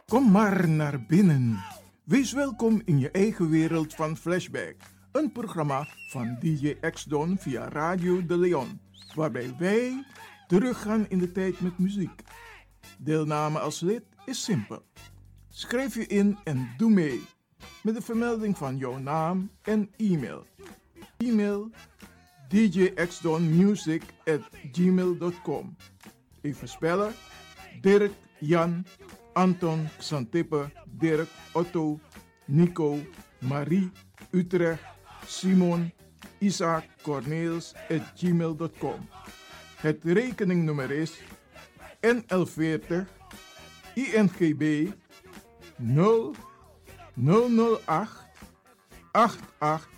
Kom maar naar binnen. Wees welkom in je eigen wereld van Flashback. Een programma van DJ X-Don via Radio de Leon. Waarbij wij teruggaan in de tijd met muziek. Deelname als lid is simpel. Schrijf je in en doe mee. Met de vermelding van jouw naam en e-mail. E-mail djxdonmusic@gmail.com. Even spellen. Dirk, Jan, Anton, Xantippe, Dirk, Otto, Nico, Marie, Utrecht, Simon, Isaac, Corneels @gmail.com. Het rekeningnummer is NL40 INGB 0008 88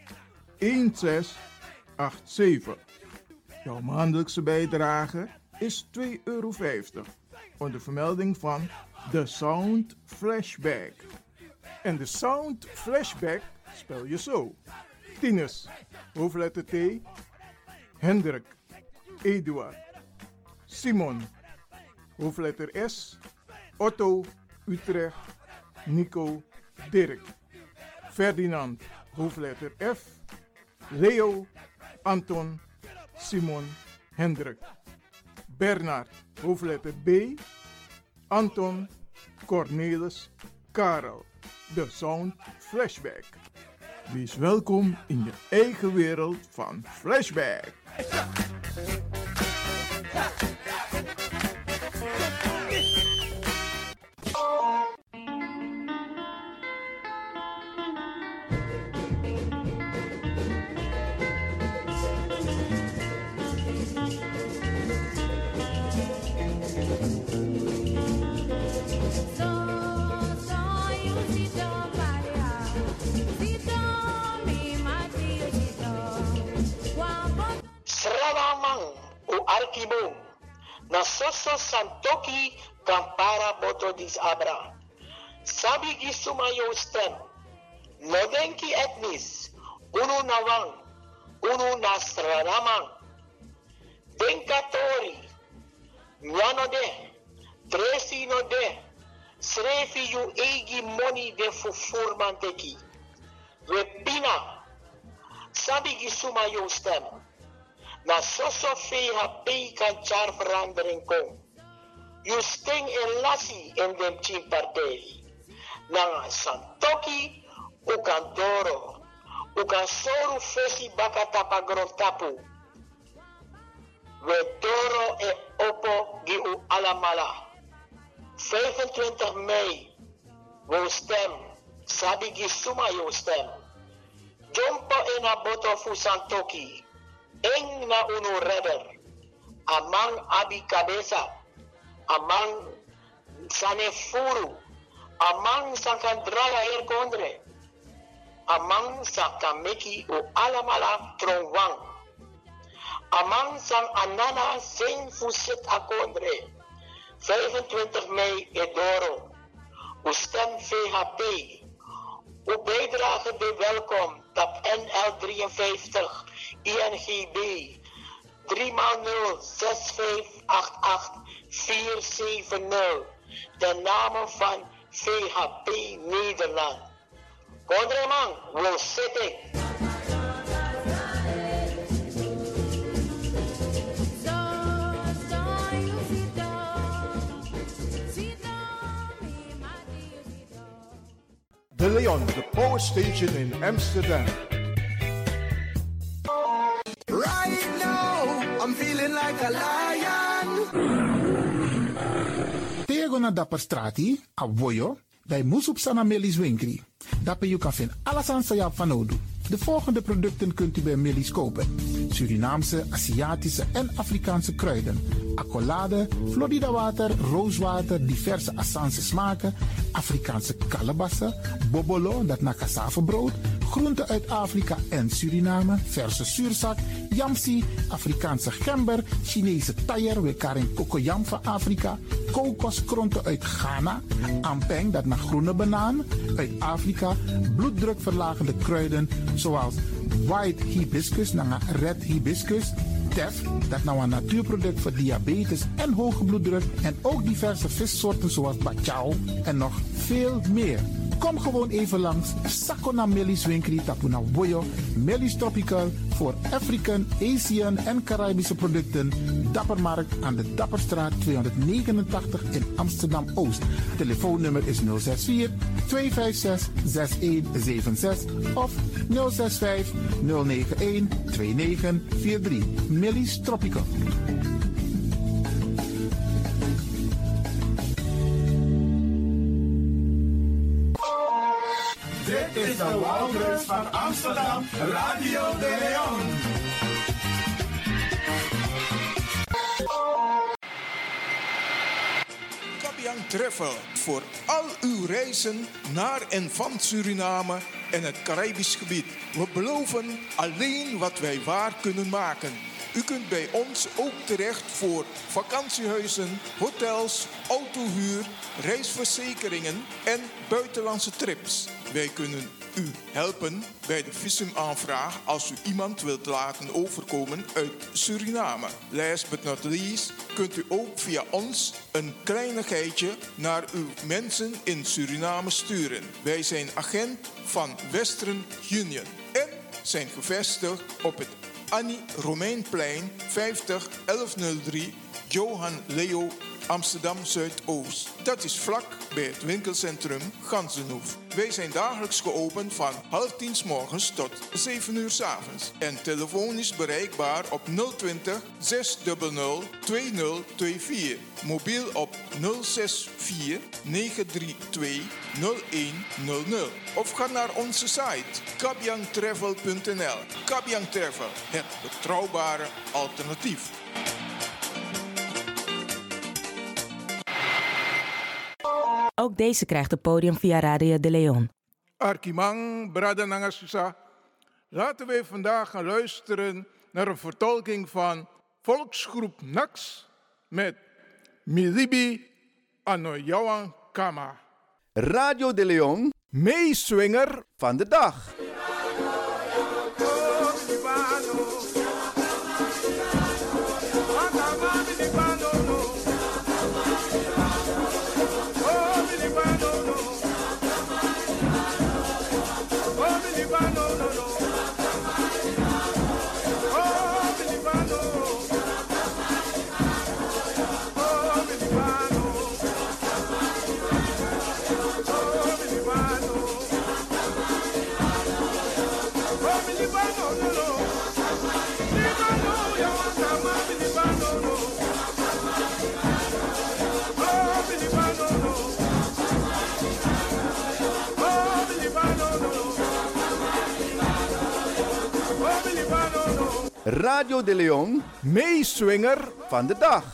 1687. Jouw maandelijkse bijdrage is €2,50 onder vermelding van The Sound Flashback. En de Sound Flashback spel je zo: Tinus, hoofdletter T, Hendrik, Eduard, Simon, hoofdletter S, Otto, Utrecht, Nico, Dirk, Ferdinand, hoofdletter F, Leo, Anton, Simon, Hendrik, Bernard, hoofdletter B, Anton, Cornelis, Karel. De Sound Flashback. Wees welkom in je eigen wereld van Flashback. Arquibo, na soso santoki kampara boto dis abra. Sabi gisuma yo stem. No denki etnis. Unu nawang. Unu nasraramang. Denkatori. Nyano de. Tresi no de. Srefi yu egi moni de fufurmanteki. Repina. Sabi gisuma yo stem. Na soso feha pei kan char verandering kom. You sting en lassie in dem chimpartei. Na santoki u kan doro. U kan soru fesi bakatapa grotapu. We doro e opo gi u alamala. 25 mei. We stem. Sabi gi suma yo stem. Jompo en aboto fu santoki. Eng na uno redder, amang abi cabeza, amang sanefuru, amang sankandrala erkondre, amang sakameki o alamala tronwang, amang sang anana sen fuset akondre, 25 mei edoro, u stem VHP, u bijdrage de welkom, tap NL53, INGB 3x0 6588470. De namen van VHP Nederland. Kondreman, wil zitten. De Leon, the power station in Amsterdam. Right now, I'm feeling like a lion. Tego na dapper strati, a voyo, dai musup sana melis winkri. Dapper you kan vinden alles aan sayap van Odu. De volgende producten kunt u bij Melis kopen: Surinaamse, Aziatische en Afrikaanse kruiden, accolade, Florida water, rooswater, diverse Assange smaken, Afrikaanse kalebassen, bobolo, dat na cassavebrood, groenten uit Afrika en Suriname, verse zuurzak, yamsi, Afrikaanse gember, Chinese taier, wekaring kokoyam van Afrika, kokoskronten uit Ghana, ampeng, dat naar groene banaan uit Afrika, bloeddrukverlagende kruiden zoals white hibiscus, naar red hibiscus, Tef, dat nou een natuurproduct voor diabetes en hoge bloeddruk. En ook diverse vissoorten zoals bachao en nog veel meer. Kom gewoon even langs. Sakona Melis Winkri Tapuna Boyo. Melis Tropical voor African, Asian en Caribische producten. Dappermarkt aan de Dapperstraat 289 in Amsterdam-Oost. Telefoonnummer is 064 256 6176 of 065 091 2943. Melis Tropical. Dit is de Wouders van Amsterdam, Radio de Leon. Kabiang Travel voor al uw reizen naar en van Suriname en het Caribisch gebied. We beloven alleen wat wij waar kunnen maken. U kunt bij ons ook terecht voor vakantiehuizen, hotels, autohuur, reisverzekeringen en buitenlandse trips. Wij kunnen u helpen bij de visumaanvraag als u iemand wilt laten overkomen uit Suriname. Last but not least kunt u ook via ons een kleinigheidje naar uw mensen in Suriname sturen. Wij zijn agent van Western Union en zijn gevestigd op het Annie Romeinplein 50 1103 Johan Leo Amsterdam Zuidoost. Dat is vlak bij het winkelcentrum Ganzenhoef. Wij zijn dagelijks geopend van 9:30 's morgens tot 7 uur 's avonds. En telefonisch bereikbaar op 020 600 2024. Mobiel op 064 932 0100. Of ga naar onze site kabyangtravel.nl. Kabyang Travel, het betrouwbare alternatief. Ook deze krijgt het podium via Radio de Leon. Arkimang, Brada Nangasusa. Laten we vandaag gaan luisteren naar een vertolking van volksgroep Nax met Milibi Anoyawan Kama. Radio de Leon, Meeswinger van de dag. Radio de Leon, Meeswinger van de dag.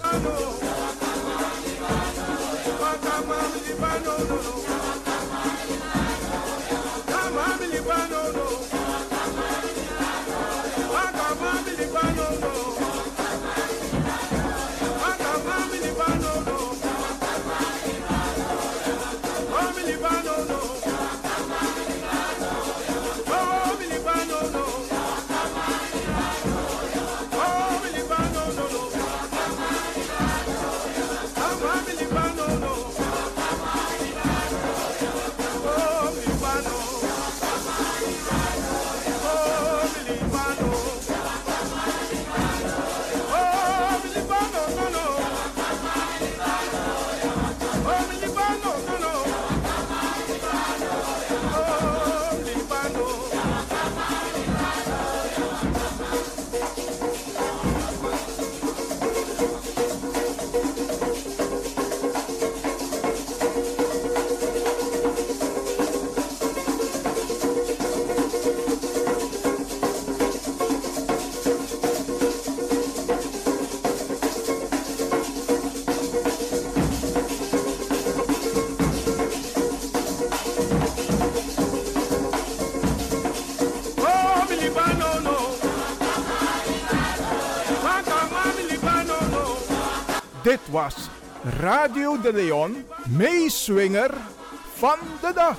Dit was Radio de Leon, Meeswinger van de dag.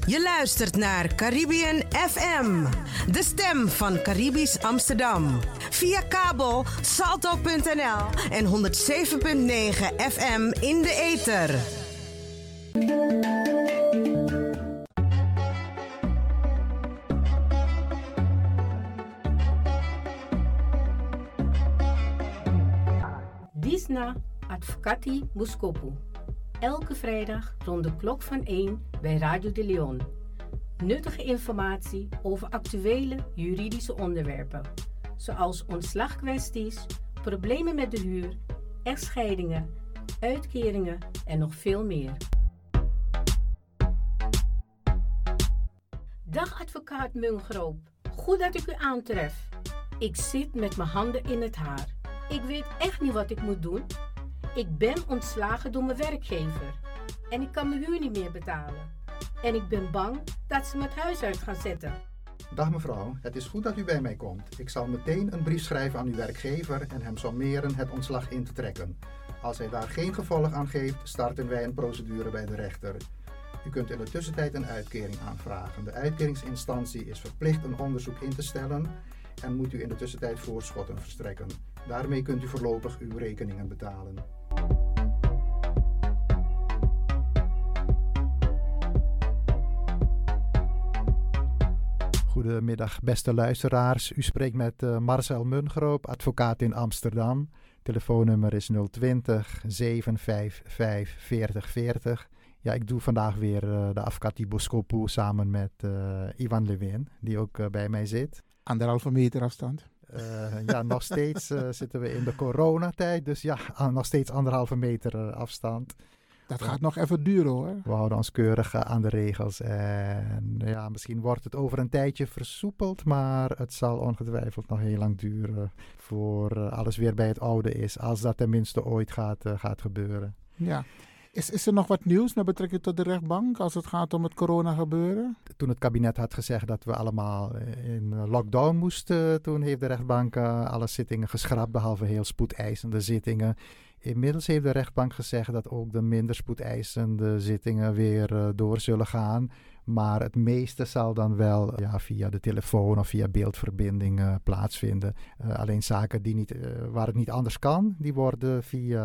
Je luistert naar Caribbean FM, de stem van Caribisch Amsterdam. Via kabel salto.nl en 107.9 FM in de ether. Disna Advocati Boskopu. Elke vrijdag rond de klok van 1 bij Radio de Leon. Nuttige informatie over actuele juridische onderwerpen. Zoals ontslagkwesties, problemen met de huur, echtscheidingen, uitkeringen en nog veel meer. Dag advocaat Mungroop. Goed dat ik u aantref. Ik zit met mijn handen in het haar. Ik weet echt niet wat ik moet doen. Ik ben ontslagen door mijn werkgever. En ik kan mijn huur niet meer betalen. En ik ben bang dat ze me het huis uit gaan zetten. Dag mevrouw, het is goed dat u bij mij komt. Ik zal meteen een brief schrijven aan uw werkgever en hem sommeren het ontslag in te trekken. Als hij daar geen gevolg aan geeft, starten wij een procedure bij de rechter. U kunt in de tussentijd een uitkering aanvragen. De uitkeringsinstantie is verplicht een onderzoek in te stellen en moet u in de tussentijd voorschotten verstrekken. Daarmee kunt u voorlopig uw rekeningen betalen. Goedemiddag beste luisteraars. U spreekt met Marcel Mungroop, advocaat in Amsterdam. Telefoonnummer is 020 755 4040. Ja, ik doe vandaag weer de Advocati Boskopu samen met Ivan Lewin, die ook bij mij zit. 1,5 meter afstand. Ja, nog steeds zitten we in de coronatijd, dus ja, nog steeds 1,5 meter afstand. Dat gaat nog even duren hoor. We houden ons keurig aan de regels en ja, misschien wordt het over een tijdje versoepeld, maar het zal ongetwijfeld nog heel lang duren voor alles weer bij het oude is, als dat tenminste ooit gaat gebeuren. Ja. Is er nog wat nieuws met betrekking tot de rechtbank als het gaat om het corona gebeuren? Toen het kabinet had gezegd dat we allemaal in lockdown moesten, toen heeft de rechtbank alle zittingen geschrapt, behalve heel spoedeisende zittingen. Inmiddels heeft de rechtbank gezegd dat ook de minder spoedeisende zittingen weer door zullen gaan. Maar het meeste zal dan wel via de telefoon of via beeldverbinding plaatsvinden. Alleen zaken waar het niet anders kan, die worden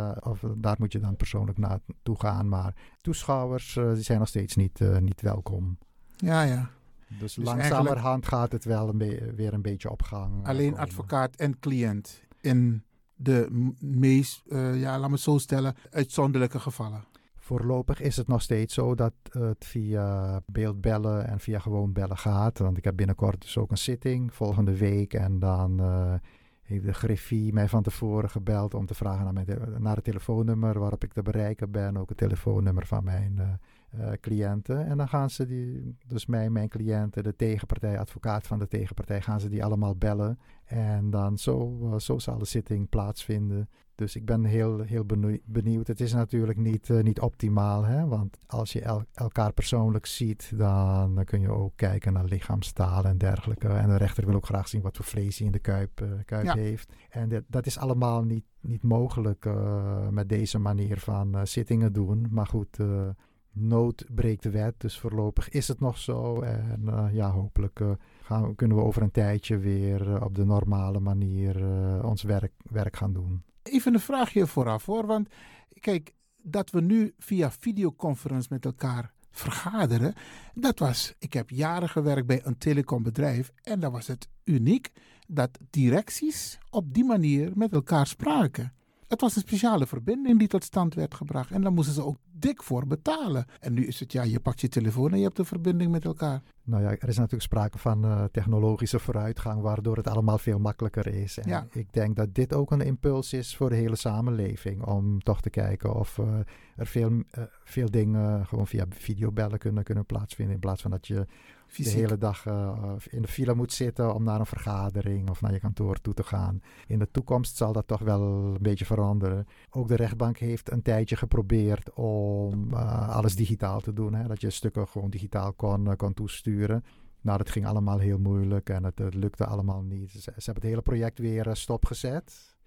daar moet je dan persoonlijk naartoe gaan. Maar toeschouwers die zijn nog steeds niet welkom. Ja. Dus langzamerhand gaat het wel weer een beetje op gang. Alleen advocaat en cliënt in de meest, laat me het zo stellen, uitzonderlijke gevallen. Voorlopig is het nog steeds zo dat het via beeldbellen en via gewoon bellen gaat. Want ik heb binnenkort dus ook een zitting volgende week. En dan heeft de griffie mij van tevoren gebeld om te vragen naar het telefoonnummer waarop ik te bereiken ben. Ook het telefoonnummer van mijn cliënten. En dan gaan ze mijn cliënten, de tegenpartij, advocaat van de tegenpartij, gaan ze die allemaal bellen. En dan zo zal de zitting plaatsvinden. Dus ik ben heel benieuwd. Het is natuurlijk niet optimaal, hè? Want als je elkaar persoonlijk ziet, dan kun je ook kijken naar lichaamstaal en dergelijke. En de rechter wil ook graag zien wat voor vlees hij in de kuip heeft. En dat is allemaal niet mogelijk met deze manier van zittingen doen. Maar goed, nood breekt de wet, dus voorlopig is het nog zo. En hopelijk kunnen we over een tijdje weer op de normale manier ons werk gaan doen. Even een vraagje vooraf hoor, want kijk, dat we nu via videoconference met elkaar vergaderen, ik heb jaren gewerkt bij een telecombedrijf en dan was het uniek dat directies op die manier met elkaar spraken. Het was een speciale verbinding die tot stand werd gebracht en daar moesten ze ook dik voor betalen. En nu is het je pakt je telefoon en je hebt een verbinding met elkaar. Nou ja, er is natuurlijk sprake van technologische vooruitgang waardoor het allemaal veel makkelijker is. En ik denk dat dit ook een impuls is voor de hele samenleving om toch te kijken of er veel dingen gewoon via videobellen kunnen plaatsvinden in plaats van dat je fysiek de hele dag in de file moet zitten om naar een vergadering of naar je kantoor toe te gaan. In de toekomst zal dat toch wel een beetje veranderen. Ook de rechtbank heeft een tijdje geprobeerd om alles digitaal te doen. Hè? Dat je stukken gewoon digitaal kon toesturen. Nou, dat ging allemaal heel moeilijk en het lukte allemaal niet. Ze hebben het hele project weer stopgezet.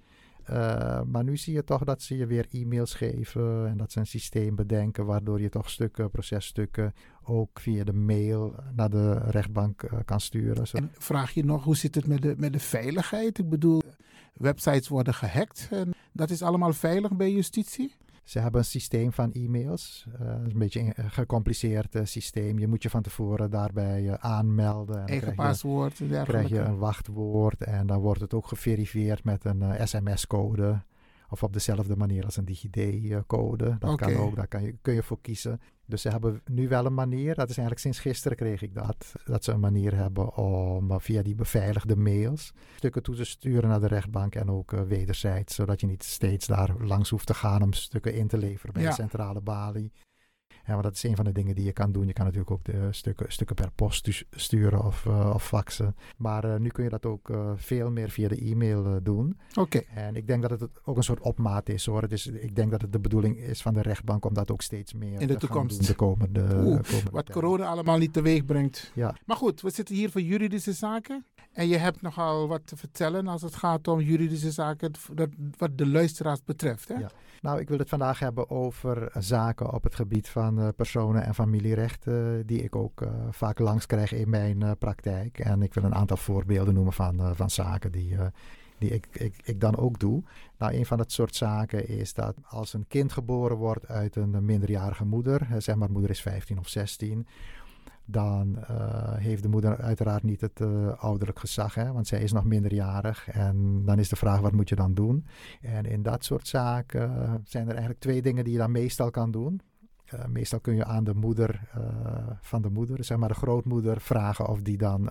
Maar nu zie je toch dat ze je weer e-mails geven en dat ze een systeem bedenken waardoor je toch processtukken ook via de mail naar de rechtbank kan sturen. En vraag je nog, hoe zit het met de veiligheid? Ik bedoel, websites worden gehackt en dat is allemaal veilig bij justitie? Ze hebben een systeem van e-mails. Een beetje een gecompliceerd systeem. Je moet je van tevoren daarbij aanmelden. En eigen paswoord. Dan krijg je een wachtwoord en dan wordt het ook geverifieerd met een sms-code. Of op dezelfde manier als een DigiD-code. Dat kan ook, daar kun je voor kiezen. Dus ze hebben nu wel een manier, dat is eigenlijk sinds gisteren kreeg ik dat ze een manier hebben om via die beveiligde mails stukken toe te sturen naar de rechtbank en ook wederzijds, zodat je niet steeds daar langs hoeft te gaan om stukken in te leveren bij de centrale balie. Ja, maar dat is een van de dingen die je kan doen. Je kan natuurlijk ook de stukken per post sturen of faxen. Maar nu kun je dat ook veel meer via de e-mail doen. Oké. En ik denk dat het ook een soort opmaat is, hoor. Ik denk dat het de bedoeling is van de rechtbank om dat ook steeds meer in de toekomst gaan doen de komende wat corona allemaal niet teweeg brengt. Ja. Maar goed, we zitten hier voor juridische zaken. En je hebt nogal wat te vertellen als het gaat om juridische zaken wat de luisteraars betreft. Hè? Ja. Nou, ik wil het vandaag hebben over zaken op het gebied van personen- en familierechten die ik ook vaak langs krijg in mijn praktijk. En ik wil een aantal voorbeelden noemen van zaken die ik dan ook doe. Nou, een van dat soort zaken is dat als een kind geboren wordt uit een minderjarige moeder, zeg maar moeder is 15 of 16... dan heeft de moeder uiteraard niet het ouderlijk gezag, hè, want zij is nog minderjarig. En dan is de vraag, wat moet je dan doen? En in dat soort zaken zijn er eigenlijk 2 dingen die je dan meestal kan doen. Meestal kun je aan de moeder van de moeder, zeg maar de grootmoeder, vragen of die dan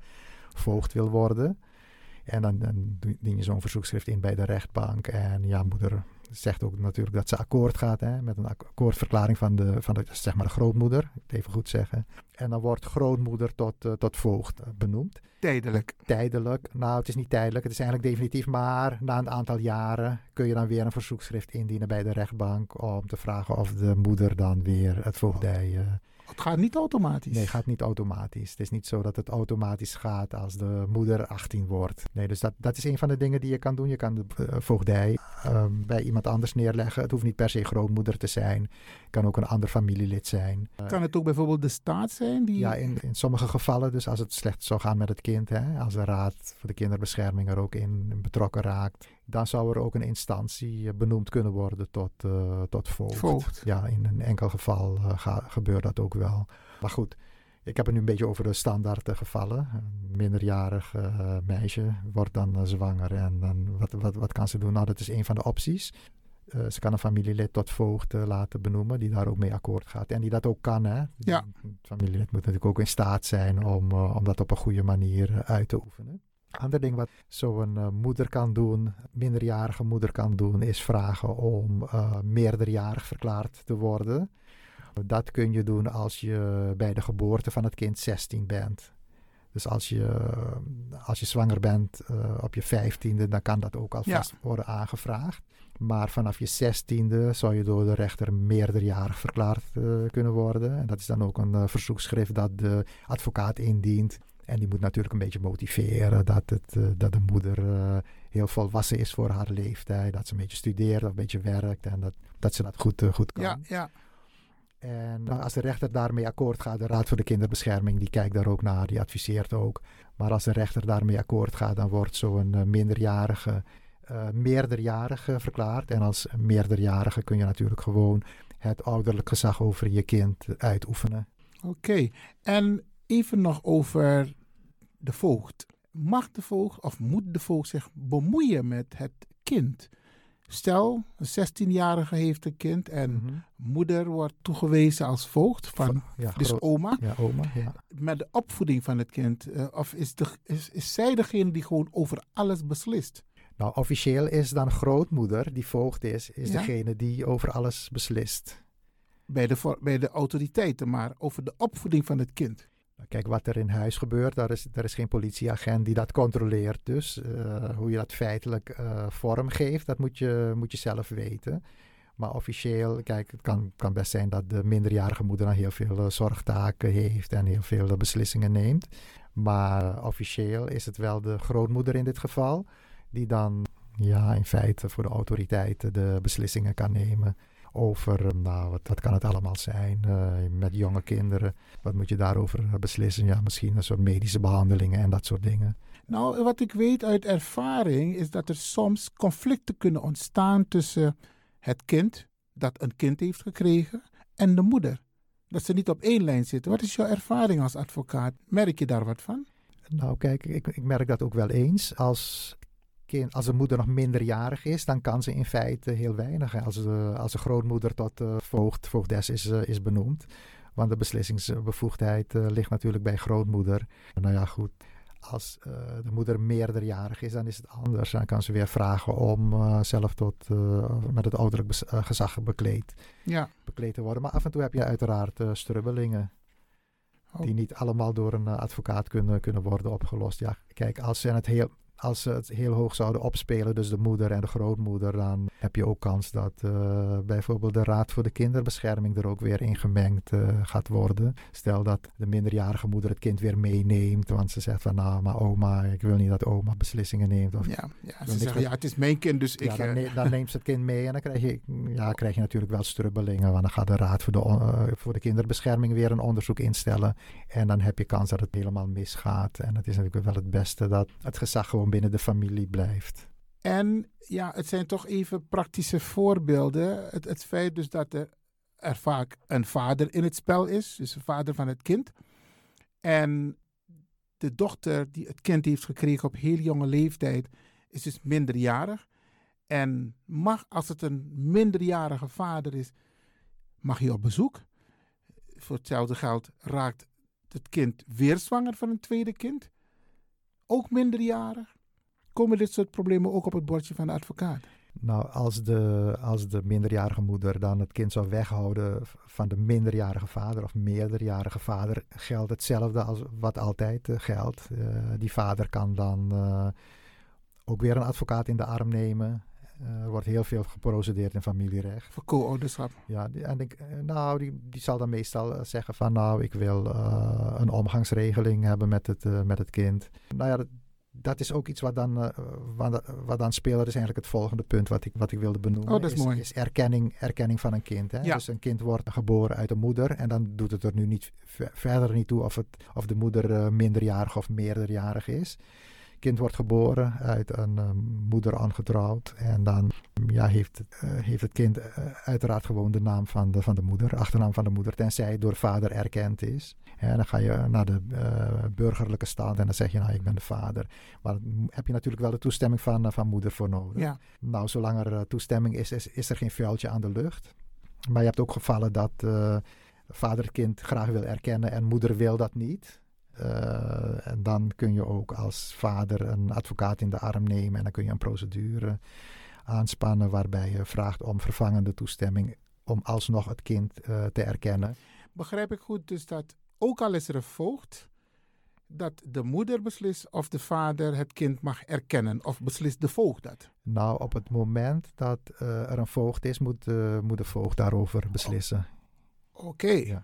voogd wil worden. En dan dien je zo'n verzoekschrift in bij de rechtbank. En ja, moeder zegt ook natuurlijk dat ze akkoord gaat, hè, met een akkoordverklaring van de zeg maar de grootmoeder, even goed zeggen. En dan wordt grootmoeder tot voogd benoemd. Tijdelijk. Nou, het is niet tijdelijk, het is eigenlijk definitief, maar na een aantal jaren kun je dan weer een verzoekschrift indienen bij de rechtbank om te vragen of de moeder dan weer het voogdij... Het gaat niet automatisch? Nee, het gaat niet automatisch. Het is niet zo dat het automatisch gaat als de moeder 18 wordt. Nee, dus dat is een van de dingen die je kan doen. Je kan de voogdij bij iemand anders neerleggen. Het hoeft niet per se grootmoeder te zijn. Het kan ook een ander familielid zijn. Kan het ook bijvoorbeeld de staat zijn? Ja, in sommige gevallen. Dus als het slecht zou gaan met het kind, hè, als de Raad voor de Kinderbescherming er ook in betrokken raakt, dan zou er ook een instantie benoemd kunnen worden tot voogd. Ja, in een enkel geval gebeurt dat ook wel. Maar goed, ik heb het nu een beetje over de standaard gevallen. Een minderjarig meisje wordt dan zwanger en dan, wat kan ze doen? Nou, dat is een van de opties. Ze kan een familielid tot voogd laten benoemen die daar ook mee akkoord gaat. En die dat ook kan, hè? Ja. Het familielid moet natuurlijk ook in staat zijn om dat op een goede manier uit te oefenen. Ander ding wat zo'n moeder kan doen, minderjarige moeder kan doen, is vragen om meerderjarig verklaard te worden. Dat kun je doen als je bij de geboorte van het kind 16 bent. Dus als je zwanger bent op je 15e, dan kan dat ook alvast worden aangevraagd. Maar vanaf je 16e zou je door de rechter meerderjarig verklaard kunnen worden. En dat is dan ook een verzoekschrift dat de advocaat indient. En die moet natuurlijk een beetje motiveren dat de moeder heel volwassen is voor haar leeftijd. Dat ze een beetje studeert of een beetje werkt en dat ze dat goed kan. Ja. En als de rechter daarmee akkoord gaat, de Raad voor de Kinderbescherming, die kijkt daar ook naar, die adviseert ook. Maar als de rechter daarmee akkoord gaat, dan wordt zo'n minderjarige meerderjarige verklaard. En als meerderjarige kun je natuurlijk gewoon het ouderlijk gezag over je kind uitoefenen. Oké. En even nog over de voogd. Mag de voogd of moet de voogd zich bemoeien met het kind? Stel, een 16-jarige heeft een kind en moeder wordt toegewezen als voogd dus oma. Ja, oma, ja. Met de opvoeding van het kind. Of is zij degene die gewoon over alles beslist? Nou, officieel is dan grootmoeder, die voogd is degene die over alles beslist. Bij de autoriteiten, maar over de opvoeding van het kind. Kijk, wat er in huis gebeurt, daar is geen politieagent die dat controleert. Dus hoe je dat feitelijk vorm geeft, dat moet je zelf weten. Maar officieel, kijk, het kan best zijn dat de minderjarige moeder dan heel veel zorgtaken heeft en heel veel beslissingen neemt. Maar officieel is het wel de grootmoeder in dit geval die dan in feite voor de autoriteiten de beslissingen kan nemen over, wat kan het allemaal zijn met jonge kinderen. Wat moet je daarover beslissen? Ja, misschien een soort medische behandelingen en dat soort dingen. Nou, wat ik weet uit ervaring is dat er soms conflicten kunnen ontstaan tussen het kind dat een kind heeft gekregen en de moeder. Dat ze niet op één lijn zitten. Wat is jouw ervaring als advocaat? Merk je daar wat van? Nou kijk, ik merk dat ook wel eens. Als de moeder nog minderjarig is, dan kan ze in feite heel weinig. Als de grootmoeder tot voogdes is benoemd. Want de beslissingsbevoegdheid ligt natuurlijk bij grootmoeder. Nou ja, goed. Als de moeder meerderjarig is, dan is het anders. Dan kan ze weer vragen om zelf met het ouderlijk gezag bekleed te worden. Maar af en toe heb je uiteraard strubbelingen. Die niet allemaal door een advocaat kunnen worden opgelost. Ja, kijk, als ze het heel hoog zouden opspelen, dus de moeder en de grootmoeder, dan heb je ook kans dat bijvoorbeeld de Raad voor de Kinderbescherming er ook weer in gemengd gaat worden. Stel dat de minderjarige moeder het kind weer meeneemt, want ze zegt van maar oma, ik wil niet dat oma beslissingen neemt. Of, ze zeggen het is mijn kind, dus dan neemt ze het kind mee en dan krijg je natuurlijk wel strubbelingen, want dan gaat de Raad voor de Kinderbescherming weer een onderzoek instellen en dan heb je kans dat het helemaal misgaat. En het is natuurlijk wel het beste dat het gezag gewoon binnen de familie blijft. En het zijn toch even praktische voorbeelden. Het feit dus dat er vaak een vader in het spel is, dus de vader van het kind. En de dochter die het kind heeft gekregen op heel jonge leeftijd is dus minderjarig. En als het een minderjarige vader is, mag je op bezoek. Voor hetzelfde geld raakt het kind weer zwanger van een tweede kind. Ook minderjarig. Komen dit soort problemen ook op het bordje van de advocaat? Nou, als de minderjarige moeder dan het kind zou weghouden van de minderjarige vader of meerderjarige vader, geldt hetzelfde als wat altijd geldt. Die vader kan dan ook weer een advocaat in de arm nemen. Er wordt heel veel geprocedeerd in familierecht. Voor co-ouderschap? Ja, die zal dan meestal zeggen van ik wil een omgangsregeling hebben met het kind. Nou ja, dat is ook iets wat dan speelt. Dat is eigenlijk het volgende punt wat ik wilde benoemen. Oh, dat is mooi. Is erkenning van een kind. Hè? Ja. Dus een kind wordt geboren uit een moeder en dan doet het er nu verder niet toe of de moeder minderjarig of meerderjarig is. Kind wordt geboren uit een moeder ongetrouwd en dan heeft het kind uiteraard gewoon de naam van de moeder, achternaam van de moeder, tenzij door vader erkend is. En dan ga je naar de burgerlijke stand en dan zeg je ik ben de vader. Maar dan heb je natuurlijk wel de toestemming van moeder voor nodig. Ja. Nou, zolang er toestemming is er geen vuiltje aan de lucht. Maar je hebt ook gevallen dat vader het kind graag wil erkennen en moeder wil dat niet. En dan kun je ook als vader een advocaat in de arm nemen en dan kun je een procedure aanspannen waarbij je vraagt om vervangende toestemming om alsnog het kind te erkennen. Begrijp ik goed dus dat ook al is er een voogd, dat de moeder beslist of de vader het kind mag erkennen of beslist de voogd dat? Nou, op het moment dat er een voogd is, moet de voogd daarover beslissen. Oké.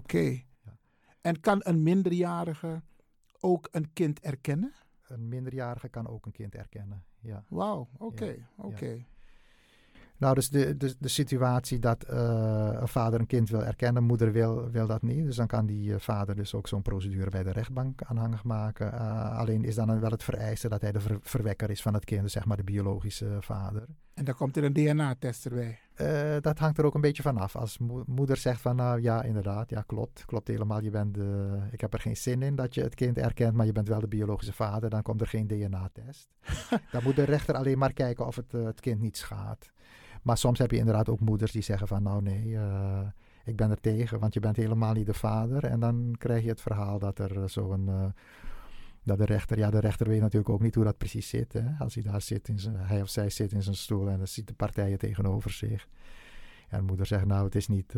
En kan een minderjarige ook een kind erkennen? Een minderjarige kan ook een kind erkennen, ja. Wauw, oké. Nou, dus de situatie dat een vader een kind wil erkennen, moeder wil dat niet. Dus dan kan die vader dus ook zo'n procedure bij de rechtbank aanhangig maken. Alleen is dan wel het vereiste dat hij de verwekker is van het kind, dus zeg maar de biologische vader. En dan komt er een DNA-test erbij? Dat hangt er ook een beetje vanaf. Als moeder zegt van ja, inderdaad, ja klopt helemaal. Ik heb er geen zin in dat je het kind erkent, maar je bent wel de biologische vader, dan komt er geen DNA-test. Dan moet de rechter alleen maar kijken of het kind niet schaadt. Maar soms heb je inderdaad ook moeders die zeggen van nou nee, ik ben er tegen, want je bent helemaal niet de vader. En dan krijg je het verhaal dat er dat de rechter weet natuurlijk ook niet hoe dat precies zit. Hè? Als hij daar zit, hij of zij zit in zijn stoel en dan ziet de partijen tegenover zich. En de moeder zegt nou het is niet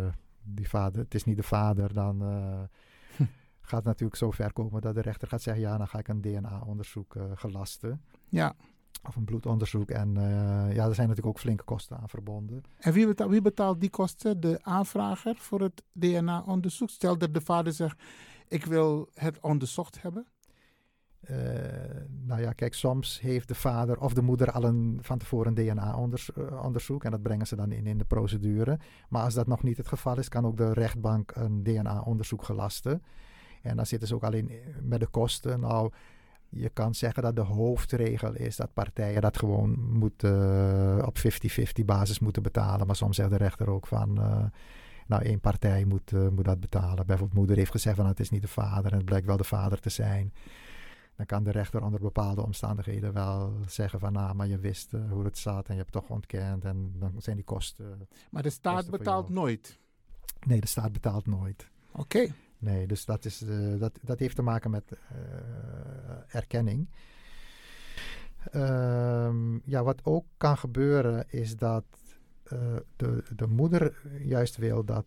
de vader, dan gaat het natuurlijk zo ver komen dat de rechter gaat zeggen ja, dan ga ik een DNA-onderzoek gelasten. Ja. Of een bloedonderzoek. En er zijn natuurlijk ook flinke kosten aan verbonden. En wie betaalt die kosten? De aanvrager voor het DNA-onderzoek? Stel dat de vader zegt, ik wil het onderzocht hebben. Nou ja, kijk, soms heeft de vader of de moeder al van tevoren een DNA-onderzoek en dat brengen ze dan in de procedure. Maar als dat nog niet het geval is, kan ook de rechtbank een DNA-onderzoek gelasten. En dan zitten ze ook alleen met de kosten. Nou, je kan zeggen dat de hoofdregel is dat partijen dat gewoon moeten op 50-50 basis moeten betalen. Maar soms zegt de rechter ook van, nou, één partij moet dat betalen. Bijvoorbeeld moeder heeft gezegd van het is niet de vader en het blijkt wel de vader te zijn. Dan kan de rechter onder bepaalde omstandigheden wel zeggen van, nou, maar je wist hoe het zat en je hebt het toch ontkend en dan zijn die kosten. Maar de staat betaalt nooit? Nee, de staat betaalt nooit. Oké. Nee, dus dat heeft te maken met erkenning. Ja, wat ook kan gebeuren is dat de moeder juist wil dat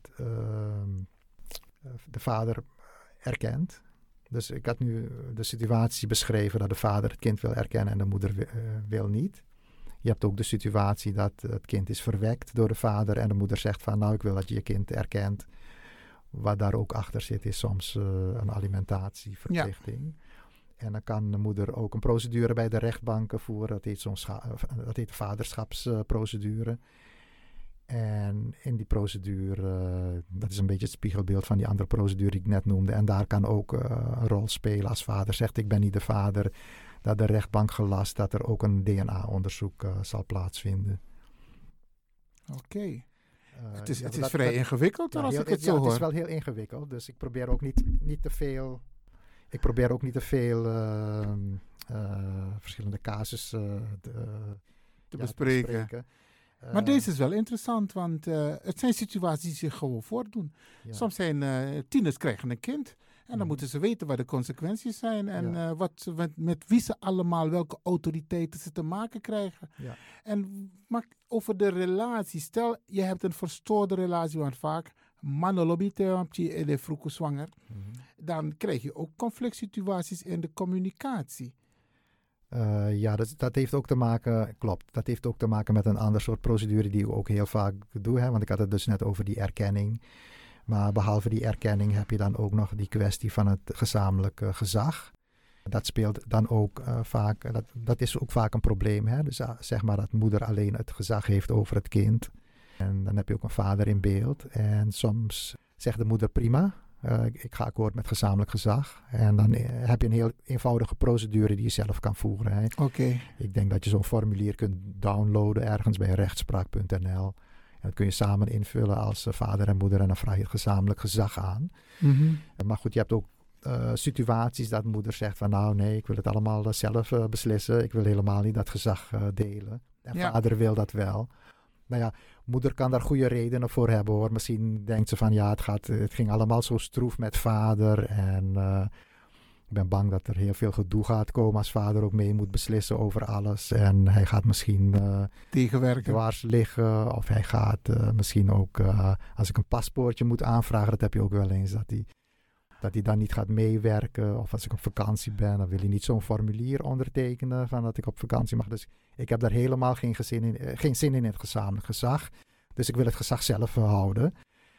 de vader erkent. Dus ik had nu de situatie beschreven dat de vader het kind wil erkennen en de moeder wil niet. Je hebt ook de situatie dat het kind is verwekt door de vader en de moeder zegt van, nou, ik wil dat je je kind erkent. Wat daar ook achter zit is soms een alimentatieverplichting. Ja. En dan kan de moeder ook een procedure bij de rechtbanken voeren. Dat heet de vaderschapsprocedure. En in die procedure, dat is een beetje het spiegelbeeld van die andere procedure die ik net noemde. En daar kan ook een rol spelen als vader zegt, ik ben niet de vader. Dat de rechtbank gelast dat er ook een DNA-onderzoek zal plaatsvinden. Oké. Het is vrij ingewikkeld als ik het zo hoor. Het is wel heel ingewikkeld. Dus ik probeer ook niet te veel... Ik probeer ook niet te veel verschillende casussen te bespreken. Maar deze is wel interessant, want het zijn situaties die zich gewoon voordoen. Ja. Soms zijn tieners krijgen een kind. En dan moeten ze weten wat de consequenties zijn. En met wie ze allemaal, welke autoriteiten ze te maken krijgen. Ja. Maar over de relatie. Stel, je hebt een verstoorde relatie, want vaak mannen lobbyten en de vroeg zwanger. Dan krijg je ook conflict situaties in de communicatie. Ja, dat heeft ook te maken, klopt. Dat heeft ook te maken met een ander soort procedure die ik ook heel vaak doe. Hè? Want ik had het dus net over die erkenning. Maar behalve die erkenning heb je dan ook nog die kwestie van het gezamenlijke gezag. Dat speelt dan ook vaak, dat is ook vaak een probleem. Hè? Dus zeg maar dat moeder alleen het gezag heeft over het kind. En dan heb je ook een vader in beeld. En soms zegt de moeder prima, ik ga akkoord met gezamenlijk gezag. En dan heb je een heel eenvoudige procedure die je zelf kan voeren. Oké. Ik denk dat je zo'n formulier kunt downloaden ergens bij rechtspraak.nl. En dat kun je samen invullen als vader en moeder en dan vraag je het gezamenlijk gezag aan. Mm-hmm. Maar goed, je hebt ook situaties dat moeder zegt van nou nee, ik wil het allemaal zelf beslissen. Ik wil helemaal niet dat gezag delen. En vader wil dat wel. Nou ja, moeder kan daar goede redenen voor hebben hoor. Misschien denkt ze van ja, het ging allemaal zo stroef met vader. En ik ben bang dat er heel veel gedoe gaat komen als vader ook mee moet beslissen over alles. En hij gaat misschien tegenwerken, dwars liggen. Of hij gaat misschien ook, als ik een paspoortje moet aanvragen, dat heb je ook wel eens, dat hij dan niet gaat meewerken. Of als ik op vakantie ben, dan wil hij niet zo'n formulier ondertekenen van dat ik op vakantie mag. Dus ik heb daar helemaal geen zin in het gezamenlijk gezag. Dus ik wil het gezag zelf houden.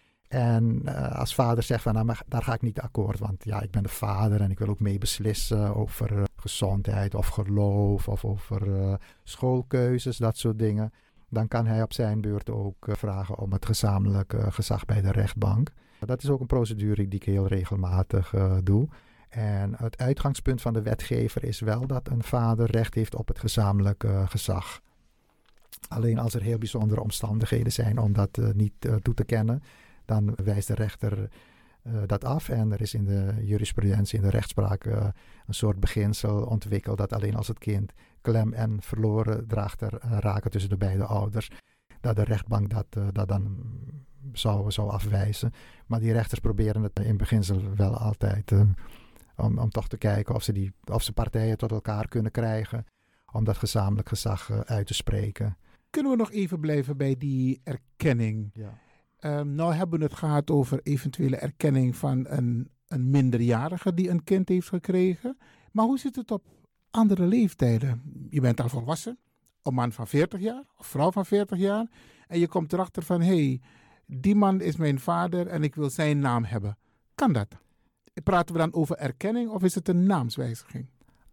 En als vader zegt van nou, maar daar ga ik niet akkoord. Want ja, ik ben de vader en ik wil ook mee beslissen over gezondheid of geloof of over schoolkeuzes, dat soort dingen. Dan kan hij op zijn beurt ook vragen om het gezamenlijk gezag bij de rechtbank. Dat is ook een procedure die ik heel regelmatig doe. En het uitgangspunt van de wetgever is wel dat een vader recht heeft op het gezamenlijk gezag. Alleen als er heel bijzondere omstandigheden zijn om dat niet toe te kennen, dan wijst de rechter dat af. En er is in de jurisprudentie, in de rechtspraak, een soort beginsel ontwikkeld dat alleen als het kind klem en verloren draagter raken tussen de beide ouders, dat de rechtbank dat dan zou afwijzen. Maar die rechters proberen het in beginsel wel altijd om toch te kijken of ze partijen tot elkaar kunnen krijgen om dat gezamenlijk gezag uit te spreken. Kunnen we nog even blijven bij die erkenning? Ja. Nou hebben we het gehad over eventuele erkenning van een minderjarige die een kind heeft gekregen. Maar hoe zit het op andere leeftijden? Je bent al volwassen, een man van 40 jaar of vrouw van 40 jaar. En je komt erachter van, hey, die man is mijn vader en ik wil zijn naam hebben. Kan dat? Praten we dan over erkenning of is het een naamswijziging?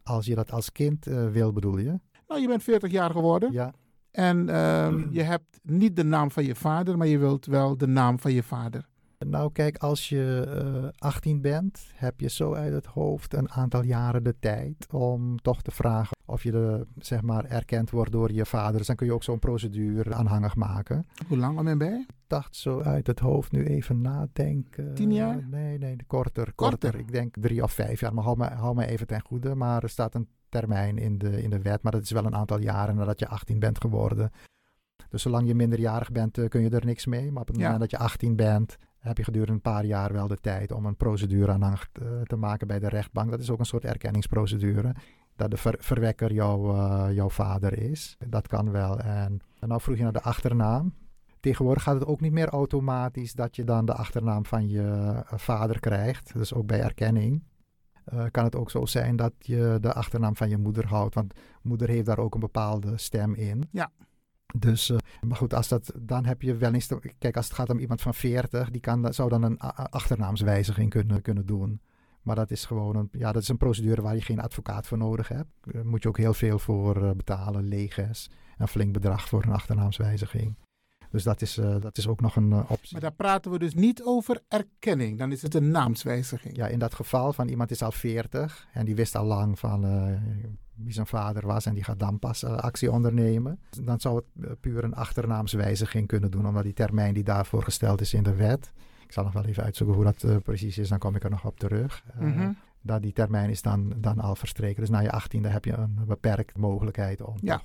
Als je dat als kind wil, bedoel je? Nou, je bent 40 jaar geworden. Ja. En je hebt niet de naam van je vader, maar je wilt wel de naam van je vader. Nou kijk, als je 18 bent, heb je zo uit het hoofd een aantal jaren de tijd om toch te vragen of je zeg maar erkend wordt door je vader. Dus dan kun je ook zo'n procedure aanhangig maken. Hoe lang al ben je? Ik dacht zo uit het hoofd nu even nadenken. 10 jaar? Nee, korter. Ik denk 3 of 5 jaar, maar hou me even ten goede. Maar er staat een termijn in de wet, maar dat is wel een aantal jaren nadat je 18 bent geworden. Dus zolang je minderjarig bent kun je er niks mee. Maar op het moment dat je 18 bent, heb je gedurende een paar jaar wel de tijd om een procedure aanhangig te maken bij de rechtbank. Dat is ook een soort erkenningsprocedure. Dat de verwekker jouw vader is. Dat kan wel. En nou vroeg je naar de achternaam. Tegenwoordig gaat het ook niet meer automatisch dat je dan de achternaam van je vader krijgt. Dus ook bij erkenning. Kan het ook zo zijn dat je de achternaam van je moeder houdt. Want moeder heeft daar ook een bepaalde stem in. Ja. Dus, maar goed, dan heb je wel eens... Kijk, als het gaat om iemand van 40, zou dan een achternaamswijziging kunnen doen. Maar dat is gewoon dat is een procedure waar je geen advocaat voor nodig hebt. Daar moet je ook heel veel voor betalen, leges. Een flink bedrag voor een achternaamswijziging. Dus dat is ook nog een optie. Maar daar praten we dus niet over erkenning. Dan is het een naamswijziging. Ja, in dat geval van iemand is al 40 en die wist al lang van wie zijn vader was en die gaat dan pas actie ondernemen. Dan zou het puur een achternaamswijziging kunnen doen, omdat die termijn die daarvoor gesteld is in de wet. Ik zal nog wel even uitzoeken hoe dat precies is, dan kom ik er nog op terug. Dat die termijn is dan al verstreken. Dus na je 18e heb je een beperkte mogelijkheid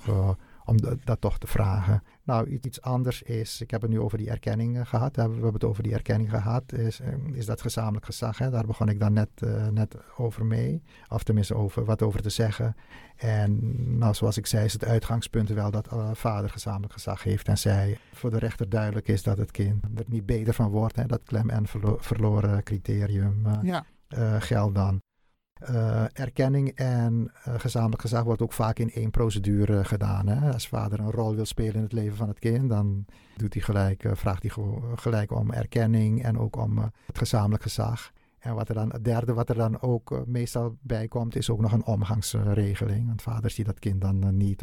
om dat toch te vragen. Nou, iets anders is, ik heb het nu over die erkenning gehad. We hebben het over die erkenning gehad. Is dat gezamenlijk gezag? Hè? Daar begon ik dan net over mee. Of tenminste wat over te zeggen. En nou, zoals ik zei, is het uitgangspunt wel dat vader gezamenlijk gezag heeft. Tenzij voor de rechter duidelijk is dat het kind er niet beter van wordt. Hè? Dat klem- en verloren criterium geldt dan. Erkenning en gezamenlijk gezag wordt ook vaak in één procedure gedaan. Hè? Als vader een rol wil spelen in het leven van het kind, dan vraagt hij gelijk om erkenning en ook om het gezamenlijk gezag. En het derde wat er dan ook meestal bij komt, is ook nog een omgangsregeling. Want vader ziet dat kind dan niet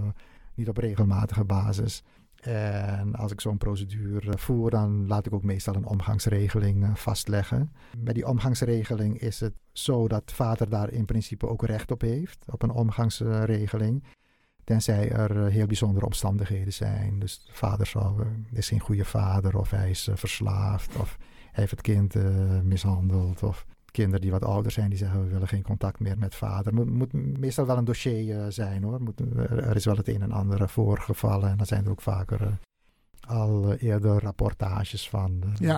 op regelmatige basis. En als ik zo'n procedure voer, dan laat ik ook meestal een omgangsregeling vastleggen. Bij die omgangsregeling is het zo dat vader daar in principe ook recht op heeft, op een omgangsregeling. Tenzij er heel bijzondere omstandigheden zijn. Dus de vader is geen goede vader, of hij is verslaafd, of hij heeft het kind mishandeld, of kinderen die wat ouder zijn, die zeggen we willen geen contact meer met vader. Moet meestal wel een dossier zijn hoor. Er is wel het een en ander voorgevallen. En dan zijn er ook vaker al eerder rapportages van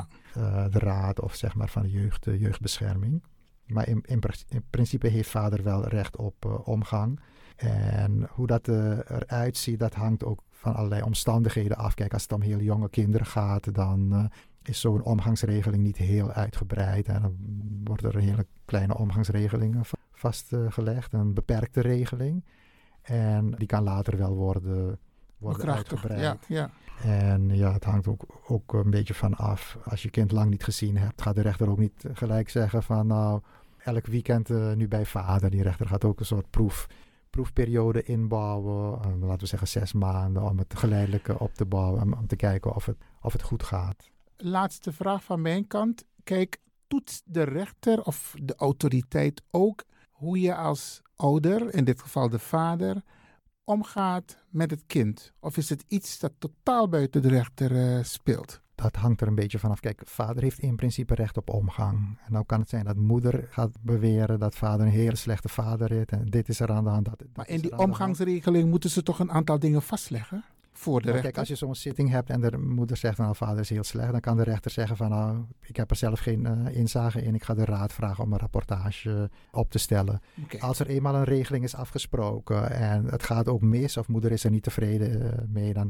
de raad of zeg maar van de jeugdbescherming. Maar in principe heeft vader wel recht op omgang. En hoe dat eruit ziet, dat hangt ook van allerlei omstandigheden af. Kijk, als het om heel jonge kinderen gaat, dan is zo'n omgangsregeling niet heel uitgebreid. En dan wordt er een hele kleine omgangsregeling vastgelegd, een beperkte regeling. En die kan later wel worden uitgebreid. Ja. En het hangt ook een beetje van af. Als je kind lang niet gezien hebt, gaat de rechter ook niet gelijk zeggen van nou, elk weekend nu bij vader. Die rechter gaat ook een soort proefperiode inbouwen. Laten we zeggen 6 maanden, om het geleidelijk op te bouwen. Om te kijken of het goed gaat. Laatste vraag van mijn kant. Kijk, toetst de rechter of de autoriteit ook hoe je als ouder, in dit geval de vader, omgaat met het kind? Of is het iets dat totaal buiten de rechter speelt? Dat hangt er een beetje vanaf. Kijk, vader heeft in principe recht op omgang. En nou kan het zijn dat moeder gaat beweren dat vader een hele slechte vader is. En dit is er aan de hand. Maar in die omgangsregeling moeten ze toch een aantal dingen vastleggen? Voor de rechter. Kijk, als je zo'n zitting hebt en de moeder zegt nou, vader is heel slecht, dan kan de rechter zeggen van nou, ik heb er zelf geen inzage in, ik ga de raad vragen om een rapportage op te stellen. Okay. Als er eenmaal een regeling is afgesproken en het gaat ook mis of moeder is er niet tevreden mee, dan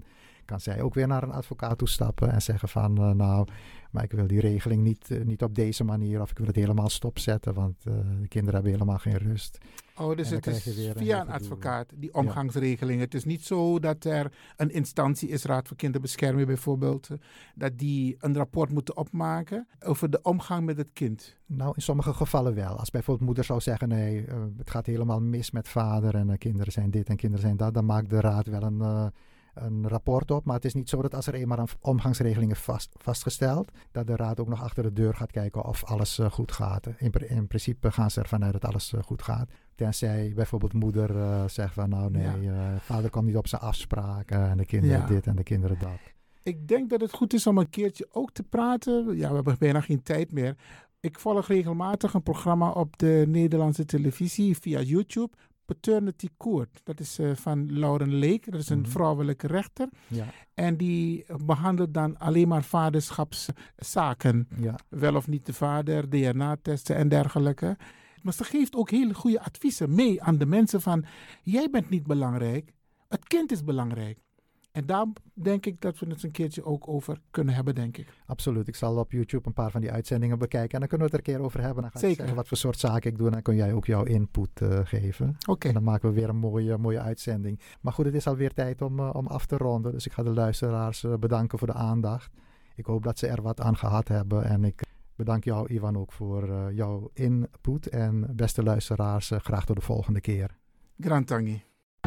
kan zij ook weer naar een advocaat toe stappen en zeggen van maar ik wil die regeling niet op deze manier of ik wil het helemaal stopzetten, want de kinderen hebben helemaal geen rust. Oh, dus het is via een advocaat, die omgangsregeling. Het is niet zo dat er een instantie is, Raad voor Kinderbescherming bijvoorbeeld, dat die een rapport moeten opmaken over de omgang met het kind. Nou, in sommige gevallen wel. Als bijvoorbeeld moeder zou zeggen, nee, het gaat helemaal mis met vader en kinderen zijn dit en kinderen zijn dat, dan maakt de raad wel een rapport op. Maar het is niet zo dat als er eenmaal een omgangsregeling is vastgesteld, dat de raad ook nog achter de deur gaat kijken of alles goed gaat. In principe gaan ze ervan uit dat alles goed gaat. Tenzij bijvoorbeeld moeder zegt van vader komt niet op zijn afspraken en de kinderen dit en de kinderen dat. Ik denk dat het goed is om een keertje ook te praten. Ja, we hebben bijna geen tijd meer. Ik volg regelmatig een programma op de Nederlandse televisie via YouTube. Paternity Court. Dat is van Lauren Lake. Dat is een vrouwelijke rechter. Ja. En die behandelt dan alleen maar vaderschapszaken. Ja. Wel of niet de vader, DNA-testen en dergelijke. Maar ze geeft ook hele goede adviezen mee aan de mensen van, jij bent niet belangrijk, het kind is belangrijk. En daar denk ik dat we het een keertje ook over kunnen hebben, denk ik. Absoluut. Ik zal op YouTube een paar van die uitzendingen bekijken. En dan kunnen we het er een keer over hebben. Dan ga ik zeggen wat voor soort zaken ik doe. En dan kun jij ook jouw input geven. Oké. En dan maken we weer een mooie uitzending. Maar goed, het is alweer tijd om af te ronden. Dus ik ga de luisteraars bedanken voor de aandacht. Ik hoop dat ze er wat aan gehad hebben. En ik bedank jou, Ivan, ook voor jouw input. En beste luisteraars, graag tot de volgende keer. Grand Tangi.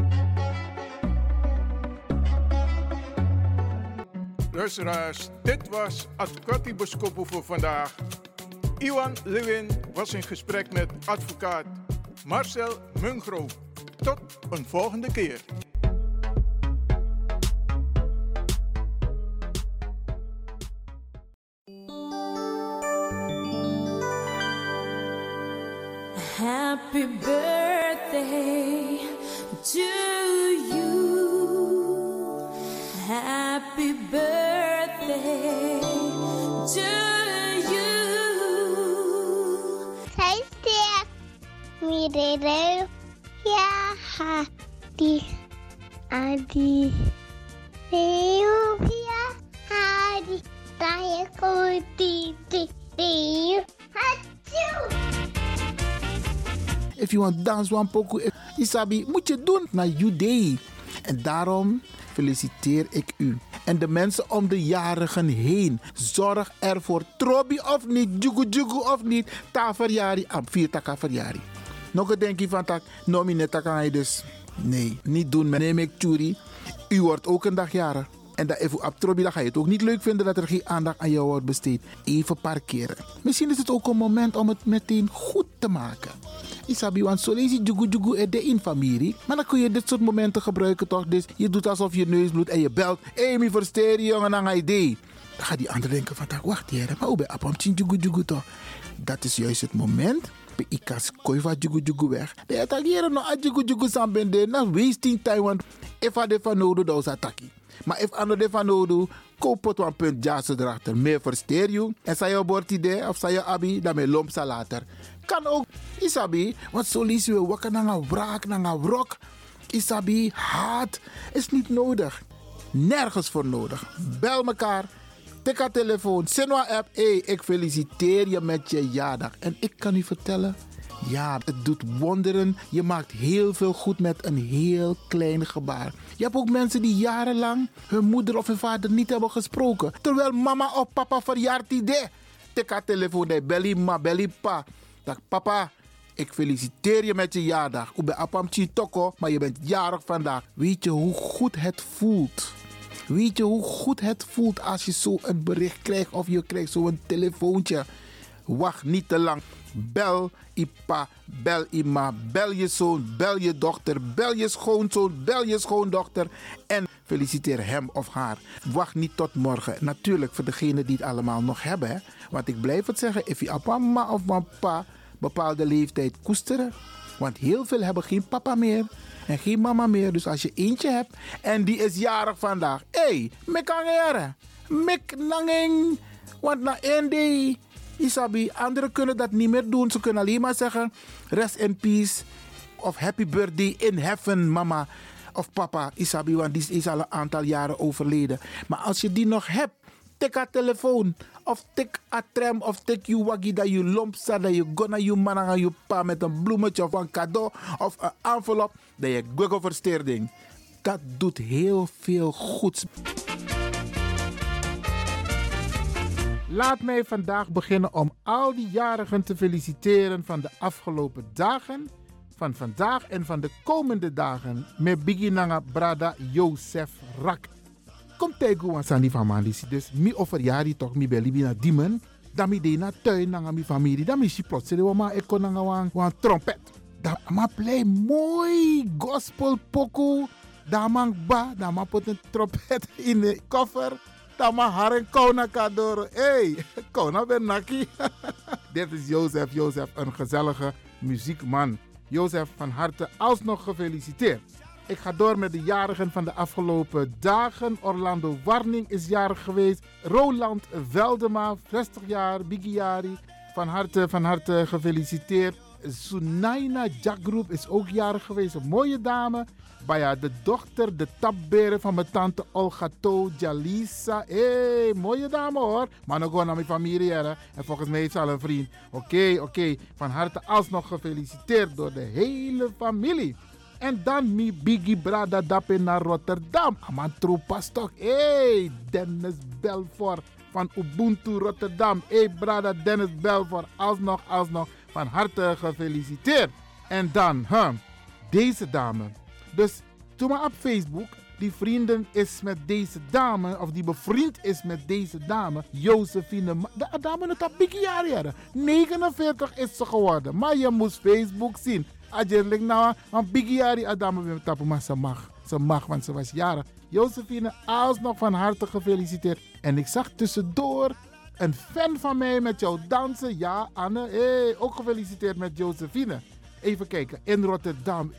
Luisteraars, dit was Advocati Boskopo voor vandaag. Iwan Lewin was in gesprek met advocaat Marcel Mungro. Tot een volgende keer. Happy birthday to you. Happy birthday to you. Zij zegt, mirereu, ja, hadi, adi, ja, hadi, raya koti, If you want dance one poco, Isabi, moet je doen naar you day. En daarom feliciteer ik u. En de mensen om de jarigen heen. Zorg ervoor. Trobi of niet, jugu of niet. Ta verjari, am 4 taka verjari. Nog een denkje van tak, nomineta kan je dus. Nee, niet doen. Neem ik churi. U wordt ook een dag jarig. En dat even op trobi, dan ga je het ook niet leuk vinden dat er geen aandacht aan jou wordt besteed. Even parkeren. Misschien is het ook een moment om het meteen goed te maken. Isabi, want zo lees je jugu de in familie. Maar dan kun je dit soort momenten gebruiken toch. Dus je doet alsof je neus bloedt en je belt. Hé, mi versteer jongen, dan ga je idee. Dan gaat die ander denken van, wacht hier, maar hoe ben je jugu toch? Dat is juist het moment. Ik kan kooi van jugu weg. De attackeren nog aan jugu sambende. Nou, wasting time, want if de van nodig, dan is attackie. Maar if aan de van nodig, koop het een punt jazz erachter. Meer versteer je. En zei je bord idee of zei je abi, dan met lomp later. Kan ook, Isabi, want zo lees je wakker naar een wraak, naar een wrok. Isabi, haat is niet nodig. Nergens voor nodig. Bel elkaar, tik haar telefoon, send een app. Hey, ik feliciteer je met je jaardag. En ik kan u vertellen, ja, het doet wonderen. Je maakt heel veel goed met een heel klein gebaar. Je hebt ook mensen die jarenlang hun moeder of hun vader niet hebben gesproken. Terwijl mama of papa verjaart idee. Tik haar telefoon, belly ma, belly pa. Dag papa, ik feliciteer je met je jaardag. Ik ben apamchi toko, maar je bent jarig vandaag. Weet je hoe goed het voelt? Weet je hoe goed het voelt als je zo een bericht krijgt of je krijgt zo'n telefoontje? Wacht niet te lang. Bel Ipa, bel Ima, bel je zoon, bel je dochter, bel je schoonzoon, bel je schoondochter en feliciteer hem of haar. Wacht niet tot morgen. Natuurlijk voor degenen die het allemaal nog hebben. Hè? Want ik blijf het zeggen, if je mama of papa bepaalde leeftijd koesteren. Want heel veel hebben geen papa meer en geen mama meer. Dus als je eentje hebt en die is jarig vandaag. Hé, mekangere, meknanging, want na één day... Isabi, anderen kunnen dat niet meer doen. Ze kunnen alleen maar zeggen, rest in peace of happy birthday in heaven, mama. of papa isabi, want die is al een aantal jaren overleden. Maar als je die nog hebt, tik haar telefoon. Of tik a tram, of tik je waggie dat je lompsa, dat je gonna je man aan je pa met een bloemetje of een cadeau of een envelop, dat je Google-versteerding. Dat doet heel veel goeds. Laat mij vandaag beginnen om al die jarigen te feliciteren van de afgelopen dagen, van vandaag en van de komende dagen. Met Biginanga Brada Joseph Rak. Kom tegen ons aan die familie. Dus mi overjari toch mi beli na diemen. Dan mi de na tuin na mi familie. Dan mi si plots de wama ik kon na wan trompet. Dan ma play mooi gospel pokoe. Dan man ba, dan ma put een trompet in de koffer. Dan ma haar en kona kadoro. Hey, kona ben naki. Dit is Joseph. Joseph, een gezellige muziekman. Joseph, van harte alsnog gefeliciteerd. Ik ga door met de jarigen van de afgelopen dagen. Orlando Warning is jarig geweest. Roland Veldema, 60 jaar, Bigiari. Van harte gefeliciteerd. Sunaina Jaggroep is ook jarig geweest. Een mooie dame. Baya, de dochter, de tapberen van mijn tante Olga To, Jalisa. Hey, mooie dame hoor. Maar nog gewoon naar mijn familie. Hè? En volgens mij heeft ze al een vriend. Oké. Van harte alsnog gefeliciteerd door de hele familie. En dan mi Biggie Brada dappen naar Rotterdam. Amantro Pastok. Hey, Dennis Belfort van Ubuntu Rotterdam. Hey, Brada Dennis Belfort. Alsnog. Van harte gefeliciteerd. En dan, deze dame. Dus toen maar op Facebook die vrienden is met deze dame, of die bevriend is met deze dame, Josephine. De dame het op Biggie 49 is ze geworden. Maar je moest Facebook zien. Ajerlijk nou, een Biggie Adame weer tappen, maar ze mag, want ze was jarig. Josephine, alsnog van harte gefeliciteerd. En ik zag tussendoor een fan van mij met jou dansen. Ja, Anne, hey, ook gefeliciteerd met Josephine. Even kijken, in Rotterdam,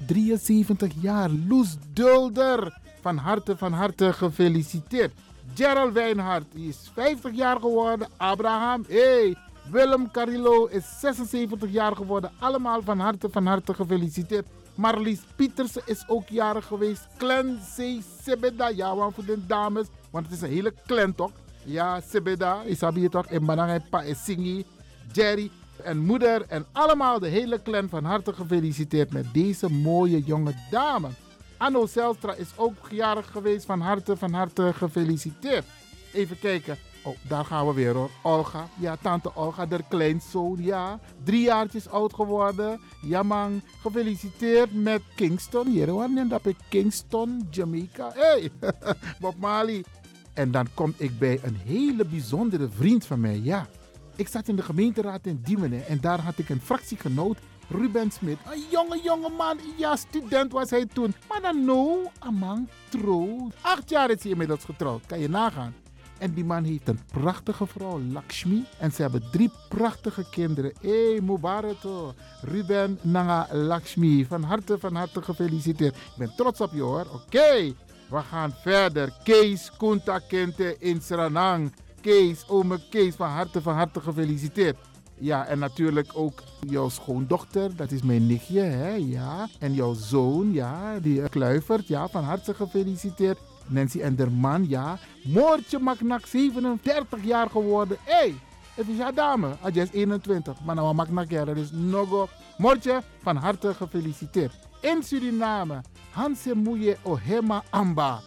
73 jaar, Loes Dulder. Van harte gefeliciteerd. Gerald Wijnhart, die is 50 jaar geworden. Abraham, hey. Willem Carillo is 76 jaar geworden. Allemaal van harte gefeliciteerd. Marlies Pietersen is ook jarig geweest. Clan C. Sebeda, ja, want voor de dames. Want het is een hele clan toch? Ja, Sebeda, isabi je toch? En Manang Pa en Singi, Jerry en moeder. En allemaal de hele clan van harte gefeliciteerd met deze mooie jonge dame. Anno Zelstra is ook jarig geweest. Van harte gefeliciteerd. Even kijken. Oh, daar gaan we weer hoor. Olga. Ja, tante Olga, der kleinzoon. Ja, 3 jaartjes oud geworden. Ja man, gefeliciteerd met Kingston. Hier, wanneer dat ik Kingston, Jamaica. Hey, Bob Marley. En dan kom ik bij een hele bijzondere vriend van mij. Ja, ik zat in de gemeenteraad in Diemen en daar had ik een fractiegenoot. Ruben Smit, een jonge man. Ja, student was hij toen. Maar dan nou, amang trouw. 8 jaar is hij inmiddels getrouwd. Kan je nagaan. En die man heeft een prachtige vrouw, Lakshmi. En ze hebben 3 prachtige kinderen. Hey, Mubarato. Ruben, Nanga, Lakshmi. Van harte gefeliciteerd. Ik ben trots op je hoor. Oké, we gaan verder. Kees Kunta Kente in Suriname. Kees, ome Kees, van harte gefeliciteerd. Ja, en natuurlijk ook jouw schoondochter, dat is mijn nichtje, hè, ja. En jouw zoon, ja, die Kluivert, ja, van harte gefeliciteerd. Nancy en der man, ja. Moortje Maknak, 37 jaar geworden. Hé, het is jouw dame. Adje is 21. Maar nou Maknak, ja, dat is Nogo. Moortje, van harte gefeliciteerd. In Suriname, Hanse Moeje Ohema Amba.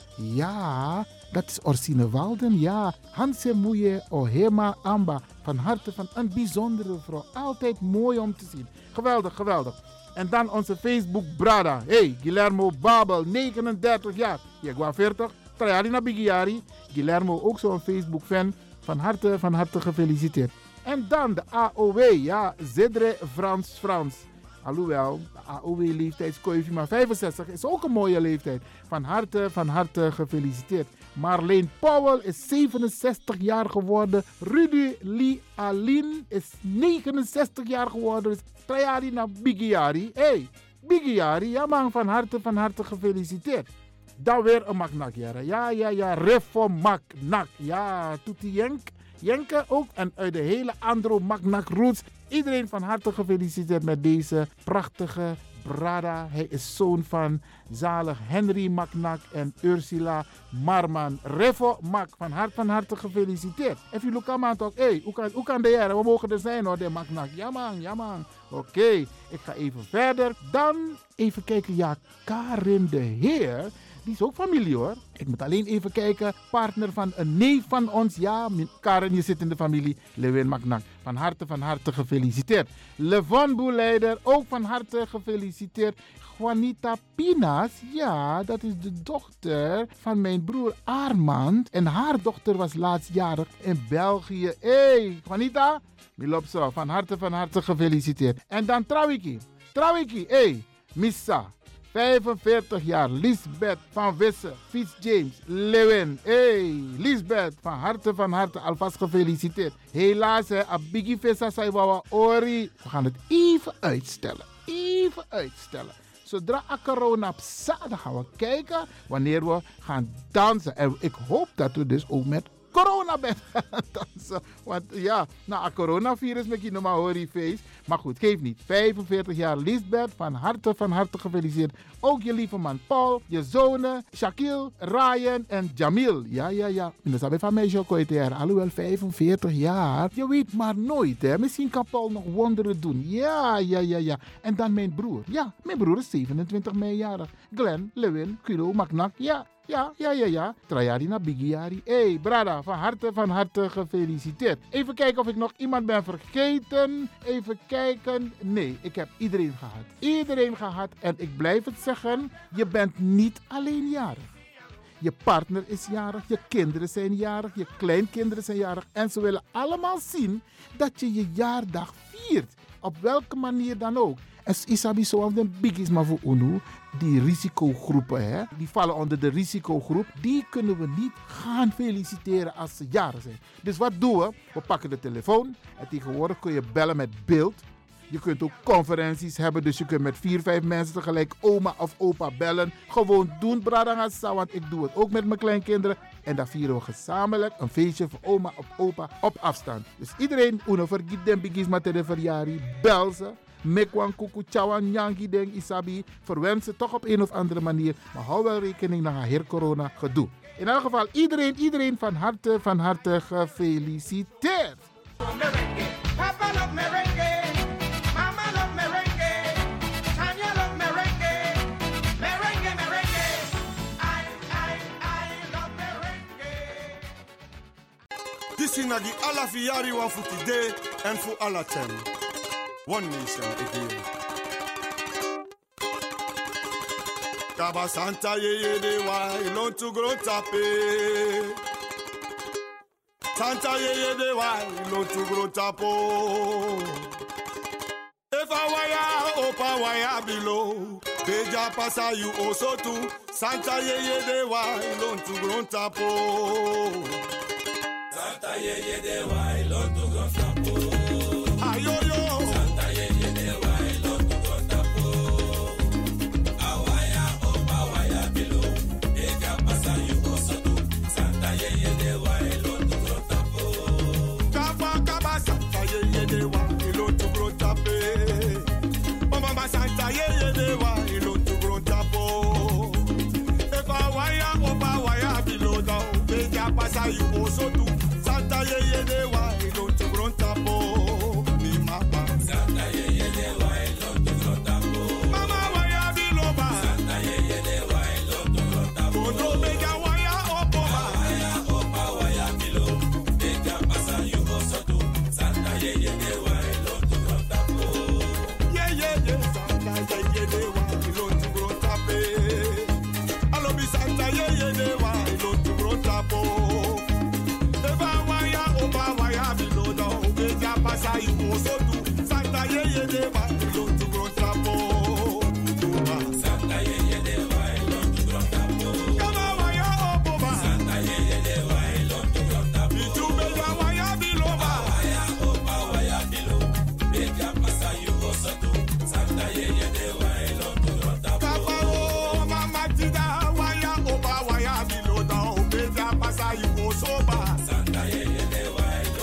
Ja, dat is Orsine Walden, ja. Hanse Moeje Ohema Amba. Van harte van een bijzondere vrouw. Altijd mooi om te zien. Geweldig. En dan onze Facebook Brada. Hey, Guillermo Babel, 39 jaar. Je gaat 40. Trajari na Bigiari. Guillermo, ook zo'n Facebook fan. Van harte gefeliciteerd. En dan de AOW. Ja, Zedre Frans. Alhoewel, de AOW-leeftijdskoefje maar 65 is ook een mooie leeftijd. Van harte gefeliciteerd. Marleen Powell is 67 jaar geworden. Rudy Lee Alin is 69 jaar geworden. Dus Trajari na Bigiari. Hey, Bigiari, ja man, van harte gefeliciteerd. Dan weer een Maknak, ja. Refo Maknak. Ja, Toetie Jenk. Jenke ook. En uit de hele Andro Magnak Roots. Iedereen van harte gefeliciteerd met deze prachtige Brada. Hij is zoon van zalig Henry Magnak en Ursula Marman. Revo Mak, van harte gefeliciteerd. En jullie kan toch, hoe kan de jaren? We mogen er zijn hoor, de Magnak. Ja man. Oké, ik ga even verder. Dan even kijken, ja, Karin de Heer. Die is ook familie hoor. Ik moet alleen even kijken. Partner van een neef van ons. Ja, Karen, je zit in de familie. Lewin Magnak. Van harte gefeliciteerd. Levon Boeleider, ook van harte gefeliciteerd. Juanita Pinas, ja, dat is de dochter van mijn broer Armand. En haar dochter was laatstjarig in België. Juanita, Milopso, van harte gefeliciteerd. En dan Trawiki, Missa. 45 jaar, Lisbeth van Wisse, Fiets James, Lewin. Lisbeth, van harte alvast gefeliciteerd. Helaas, Abigi Vessa Saiwawa Ori. We gaan het even uitstellen. Zodra corona psa, dan gaan we kijken wanneer we gaan dansen. En ik hoop dat we dus ook met corona bent gaan dansen. Want ja, het coronavirus met je normaal hoor je feest. Maar goed, geeft niet. 45 jaar Lisbeth, van harte gefeliciteerd. Ook je lieve man Paul, je zonen Shaquille, Ryan en Jamil. Ja. Dat is van mij Jokoiter. Alhoewel 45 jaar. Je weet maar nooit, hè. Misschien kan Paul nog wonderen doen. Ja. En dan mijn broer. Ja, mijn broer is 27 mei jarig. Glenn, Lewin, Kilo, Magnak. Ja. Trajari na Bigiari. Brada, van harte gefeliciteerd. Even kijken of ik nog iemand ben vergeten. Even kijken. Nee, ik heb iedereen gehad. En ik blijf het zeggen, je bent niet alleen jarig. Je partner is jarig, je kinderen zijn jarig, je kleinkinderen zijn jarig. En ze willen allemaal zien dat je je jaardag viert. Op welke manier dan ook. En isabi zo van de biggies maar voor UNO, die risicogroepen, hè, die vallen onder de risicogroep, die kunnen we niet gaan feliciteren als ze jarig zijn. Dus wat doen we? We pakken de telefoon en tegenwoordig kun je bellen met beeld. Je kunt ook conferenties hebben, dus je kunt met 4-5 mensen tegelijk oma of opa bellen. Gewoon doen, bradangasa, want ik doe het ook met mijn kleinkinderen. En dan vieren we gezamenlijk een feestje voor oma of opa op afstand. Dus iedereen, uno vergiet den biggies maar te de verjari, bel ze. Mekwan kuku chawan yangi deng isabi. Verwens ze toch op een of andere manier. Maar hou wel rekening met haar corona gedoe. In elk geval iedereen van harte gefeliciteerd. Papa love merengue, mama love merengue, Tanya love merengue, merengue. I love merengue. This is die alla fiari wa futide en voor alla ten. One nation again. Kaba Santa ye de wa ilon to grow tape. Santa ye de wa ilon to grow tapo. If I wire opa wire below, beja pasa you also too. Santa ye de wa ilon to grow tapo. Santa ye de wa ilon to grow tapo. Ayoyo. Santa ye de wa ilo to grow tapo. If I wire opa wire below down, beja pasa you also do. Santa ye de wa ilo to grow tapo. Ni mama. Santa ye de wa ilo to grow tapo. Mama wire below ba. Santa ye de wa ilo to grow tapo. Kondo beja wire opa wire below, beja pasa you also do. Santa ye de wa ilo to grow tapo. Yeah. Ye de wa ilo to grow tape. Alo bi Santa ye de wa ilo to grow tapo. Eva waya oba waya below down. Beja pasa you also do. Santa ye de wa ilo to grow tapo. Santa ye de wa ilo to grow tapo. Kama waya oba. Santa ye de wa ilo to grow tapo. Bitu beja waya below ba. Waya oba waya below. Beja pasa you also do. Santa ye de wa. Santa ye de wa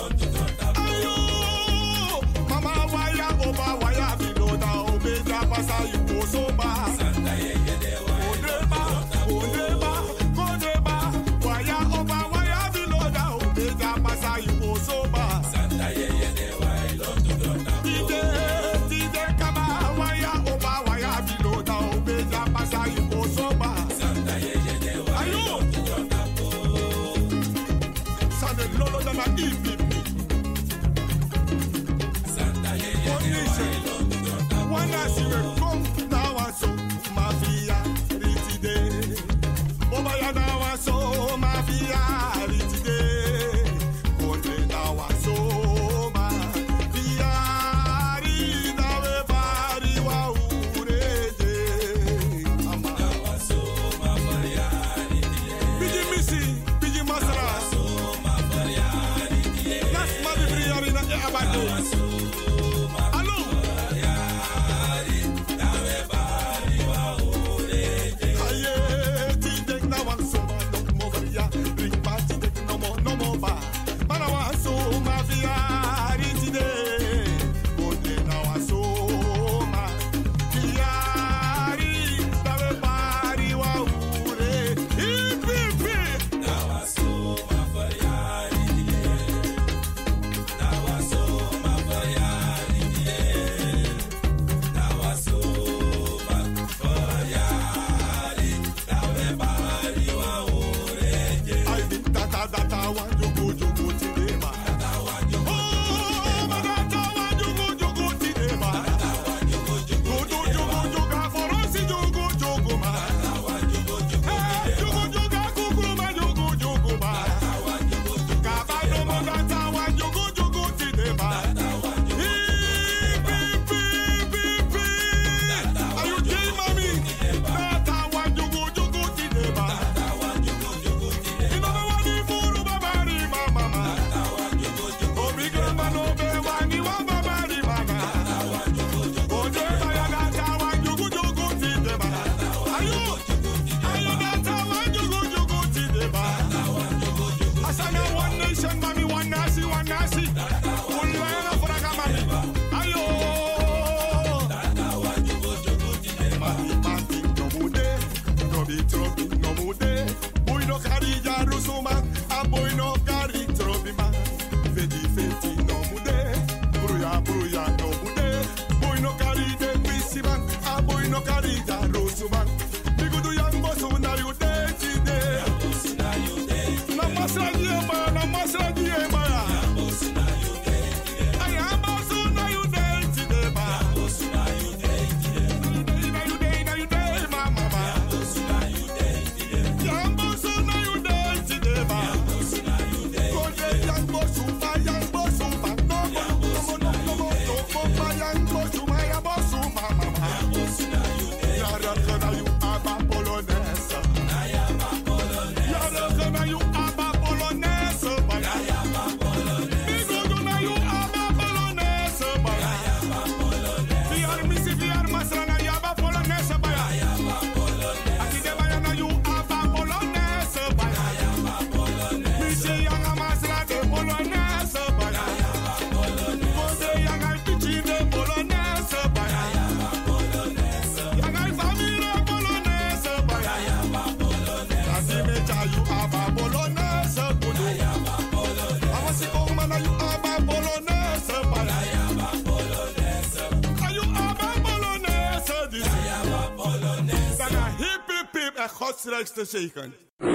Gods rijkste zegen.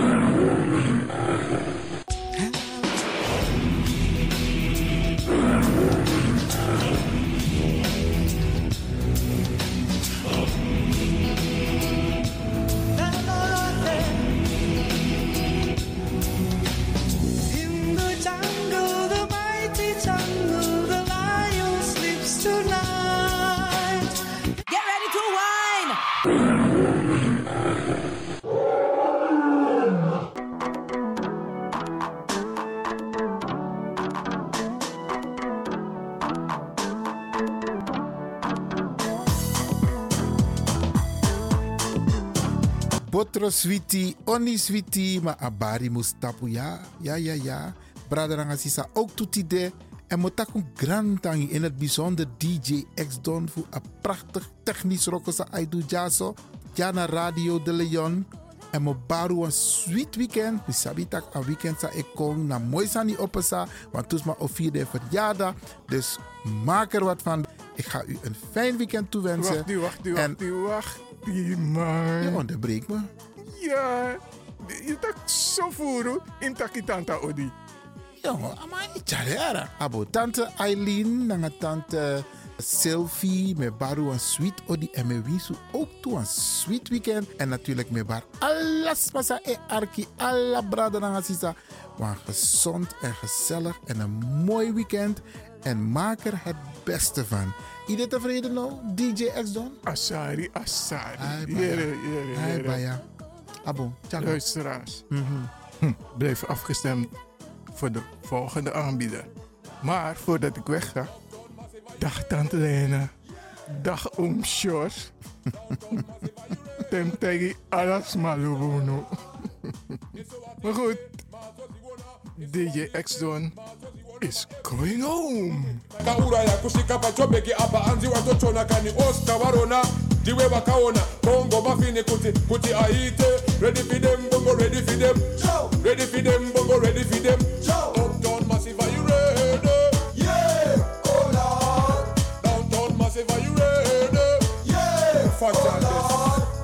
Potro switi, oni switi, maar abari mustapu ja. Braderanga sisa ook toetide. En motakun grandtangi in het bijzonder DJ X-Don voor een prachtig technisch rokosa aidu jaso. Jana Radio de Leon. En mo baru een sweet weekend. Mi sabitak een weekend sa ik kom na mooi sani opesa. Want toes ma of 4 verjaardag. Dus maak er wat van. Ik ga u een fijn weekend toewensen. Wacht. Maar... Je onderbreekt me. Ja, je tak zo voeren in takitanta odi. Jongen, maar niet jaren. Abo tante Eileen, nanga tante Sylvie, me baru een sweet odi en me wisu ook toe een sweet weekend. En natuurlijk me bar alles masa e arki, alla brada nanga sisa. Maar gezond en gezellig en een mooi weekend. En maak er het beste van. Iedereen tevreden nou, DJ X-Don? Asari. Hai baya. Abo, tjalo. Luisteraars. Blijf afgestemd voor de volgende aanbieder. Maar voordat ik wegga, dag Tante Lena, dag Oom Sjors. Temtegi alas malubuno. Maar goed, DJ X-Don is going home. Kaura ya kushika pachobeki apa anzi watochona kani Oscar warona diwe wakaona bongo mafini kuti aite ready for them bongo ready for them ready for them bongo ready for them Uptown Massive are you ready? Yeah, oh Lord. Downtown Massive are you ready? Yeah, fantastic.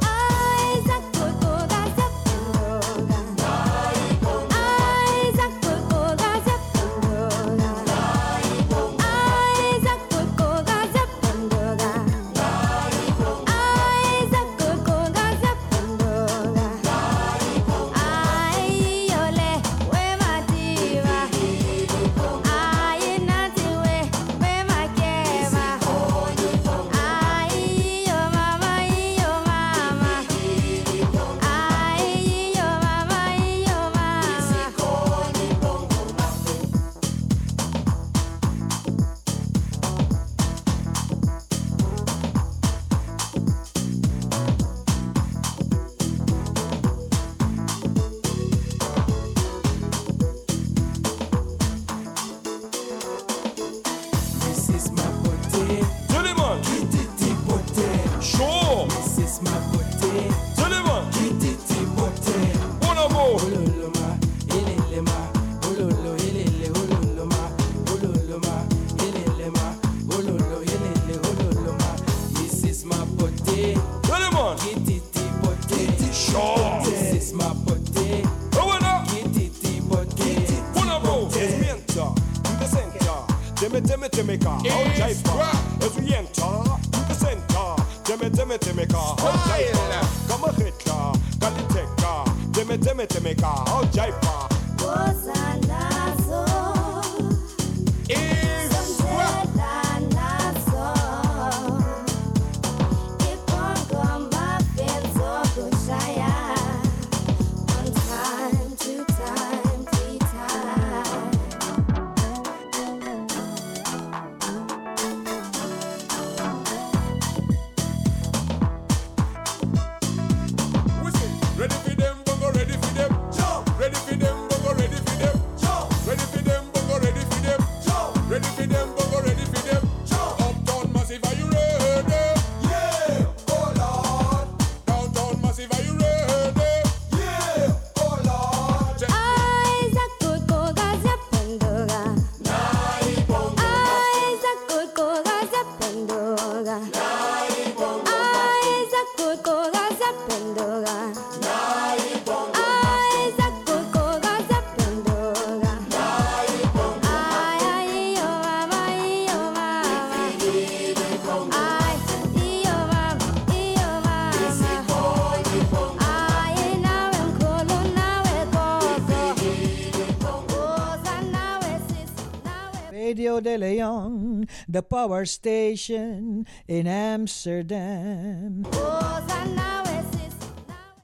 Radio de Leon, the power station in Amsterdam.